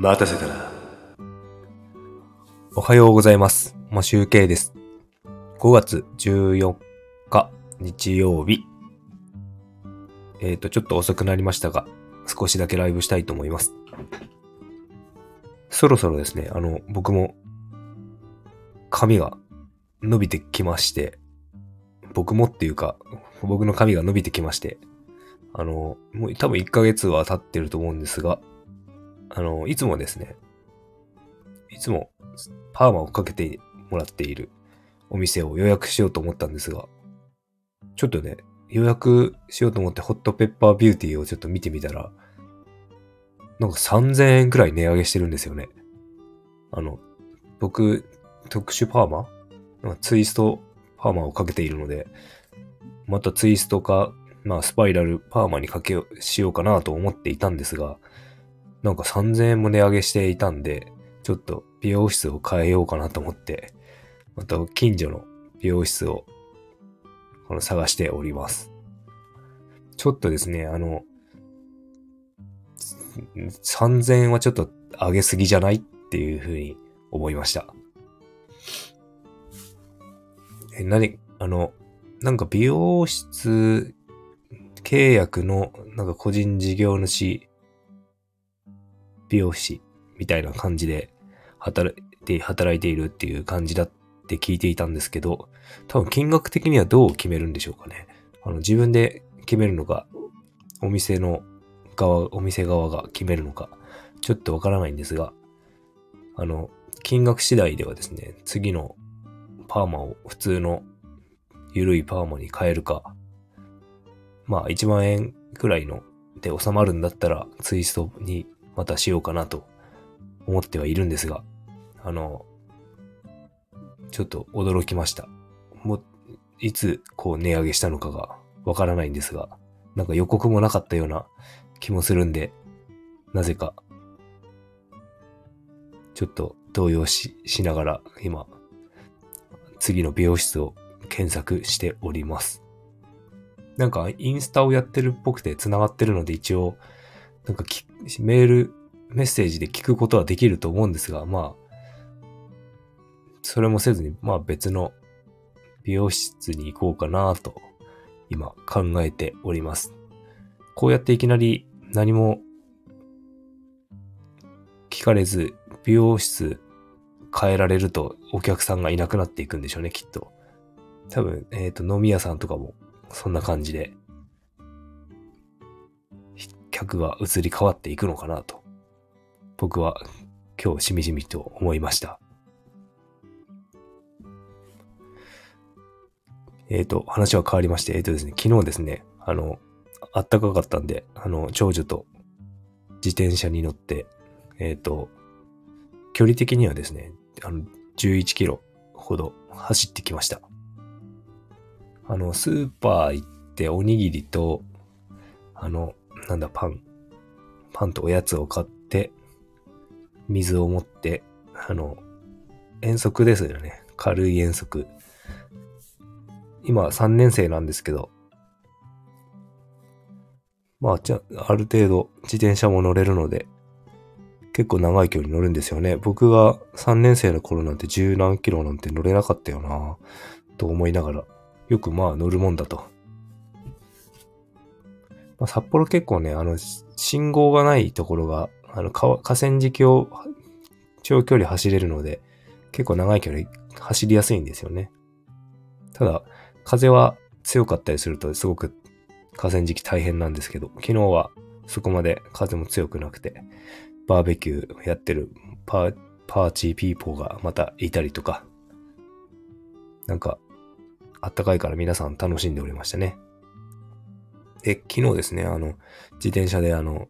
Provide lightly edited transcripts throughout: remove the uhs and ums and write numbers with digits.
待たせたな。 おはようございます。集計です。5月14日日曜日。ちょっと遅くなりましたが、少しだけライブしたいと思います。そろそろですね、僕も髪が伸びてきまして、僕の髪が伸びてきまして、もう多分1ヶ月は経ってると思うんですが、いつもパーマをかけてもらっているお店を予約しようと思ったんですが、ちょっとね、予約しようと思ってホットペッパービューティーをちょっと見てみたら、なんか3000円くらい値上げしてるんですよね。僕、特殊パーマツイストパーマをかけているので、またツイストか、スパイラルパーマにしようかなと思っていたんですが、なんか3000円も値上げしていたんで、ちょっと美容室を変えようかなと思って、また近所の美容室を探しております。ちょっとですね、3000円はちょっと上げすぎじゃないっていうふうに思いました。なんか美容室契約のなんか個人事業主美容師みたいな感じで働いているっていう感じだって聞いていたんですけど、多分金額的にはどう決めるんでしょうかね。自分で決めるのか、お店側が決めるのか、ちょっとわからないんですが、金額次第ではですね、次のパーマを普通の緩いパーマに変えるか、1万円くらいので収まるんだったらツイストにまたしようかなと思ってはいるんですが、ちょっと驚きました。もう、いつ値上げしたのかがわからないんですが、なんか予告もなかったような気もするんで、なぜか、ちょっと動揺しながら今、次の美容室を検索しております。なんかインスタをやってるっぽくて繋がってるので一応、なんかメッセージで聞くことはできると思うんですが、それもせずに、別の美容室に行こうかなと、今考えております。こうやっていきなり何も聞かれず、美容室変えられるとお客さんがいなくなっていくんでしょうね、きっと。多分、飲み屋さんとかもそんな感じで、客が移り変わっていくのかなと、僕は今日しみじみと思いました。話は変わりまして、ですね、昨日ですね、あったかかったんで、長女と自転車に乗って、距離的にはですね、11キロほど走ってきました。スーパー行っておにぎりと、パンとおやつを買って、水を持って、遠足ですよね。軽い遠足。今3年生なんですけど、ある程度自転車も乗れるので、結構長い距離乗るんですよね。僕が3年生の頃なんて10何キロなんて乗れなかったよなと思いながら、よく乗るもんだと。札幌結構ね、信号がないところが、河川敷を長距離走れるので、結構長い距離走りやすいんですよね。ただ、風は強かったりするとすごく河川敷大変なんですけど、昨日はそこまで風も強くなくて、バーベキューやってるパーチーピーポーがまたいたりとか、なんか、あったかいから皆さん楽しんでおりましたね。で、昨日ですね、自転車で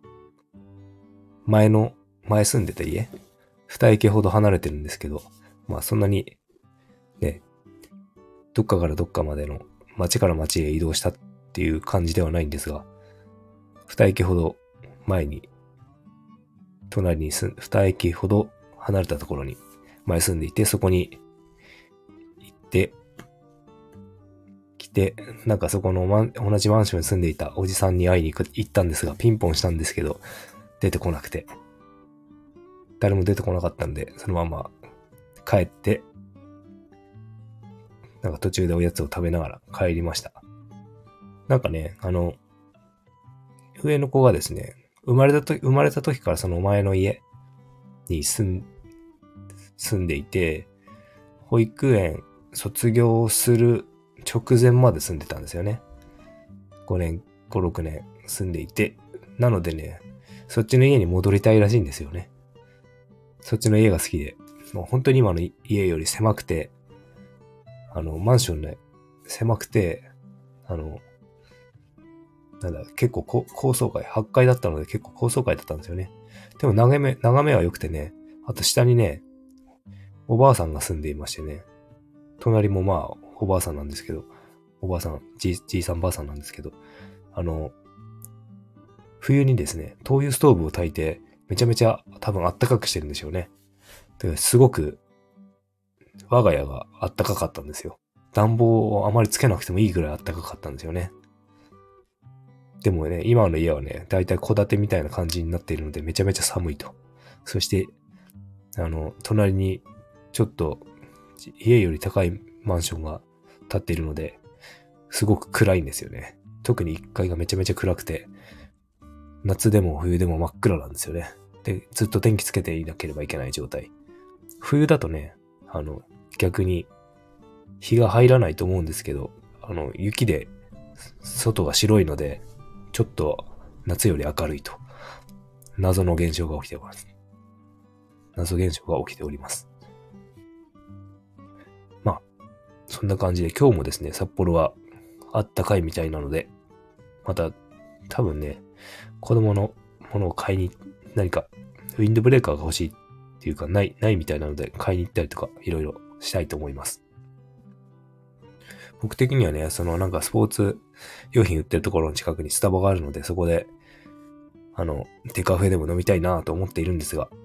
前住んでた家、2駅ほど離れてるんですけど、そんなに、ね、どっかからどっかまでの町から町へ移動したっていう感じではないんですが、2駅ほど前に、2駅ほど離れたところに前住んでいて、そこに行ってきて、なんかそこの同じマンションに住んでいたおじさんに会いに行ったんですが、ピンポンしたんですけど、出てこなくて。 誰も出てこなかったんで、そのまま帰って、なんか途中でおやつを食べながら帰りました。なんかね、上の子がですね、生まれた時からその前の家に住んでいて、保育園卒業する直前まで住んでたんですよね。5年、5、6年住んでいて、なのでね、そっちの家に戻りたいらしいんですよね。そっちの家が好きで、もう本当に今の家より狭くて、マンションね、狭くて、結構高層階、8階だったので結構高層階だったんですよね。でも眺めは良くてね、あと下にね、おばあさんが住んでいましてね、隣もまあ、おばあさんなんですけど、おばあさん、じいさんばあさんなんですけど、冬にですね、灯油ストーブを焚いて、めちゃめちゃ多分あったかくしてるんでしょうね。ですごく、我が家があったかかったんですよ。暖房をあまりつけなくてもいいぐらいあったかかったんですよね。でもね、今の家はね、だいたい戸建てみたいな感じになっているので、めちゃめちゃ寒いと。そして、隣に、ちょっと、家より高いマンションが建っているので、すごく暗いんですよね。特に1階がめちゃめちゃ暗くて、夏でも冬でも真っ暗なんですよね。で、ずっと電気つけていなければいけない状態。冬だとね、逆に日が入らないと思うんですけど、雪で外が白いので、ちょっと夏より明るいと。謎の現象が起きております。謎現象が起きております。まあ、そんな感じで今日もですね、札幌はあったかいみたいなので、また多分ね、子供のものを買いに、何かウィンドブレーカーが欲しいっていうかないみたいなので買いに行ったりとかいろいろしたいと思います。僕的にはね、なんかスポーツ用品売ってるところの近くにスタバがあるので、そこで、デカフェでも飲みたいなと思っているんですが、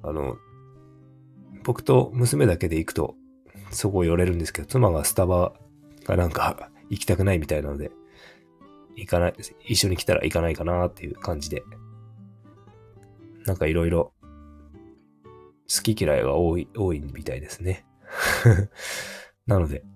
僕と娘だけで行くと、そこを寄れるんですけど、妻がスタバがなんか行きたくないみたいなので、一緒に来たら行かないかなっていう感じで、なんかいろいろ好き嫌いが多いみたいですね。なので、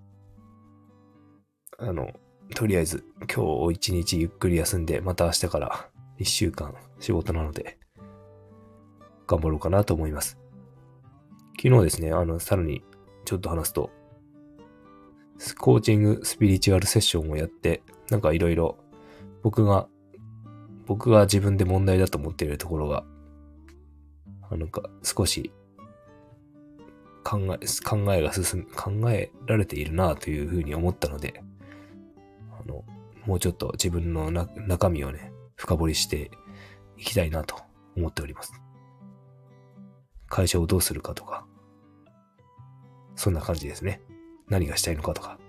とりあえず今日一日ゆっくり休んで、また明日から1週間仕事なので、頑張ろうかなと思います。昨日ですね、さらにちょっと話すと、コーチングスピリチュアルセッションをやって、なんかいろいろ僕が自分で問題だと思っているところが、なんか少し考えられているなというふうに思ったので、もうちょっと自分の中身をね、深掘りしていきたいなと思っております。会社をどうするかとか、そんな感じですね。何がしたいのかとか。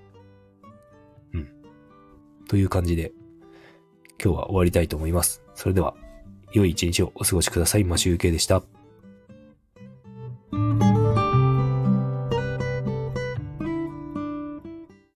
という感じで、今日は終わりたいと思います。それでは、良い一日をお過ごしください。マシュウケイでした。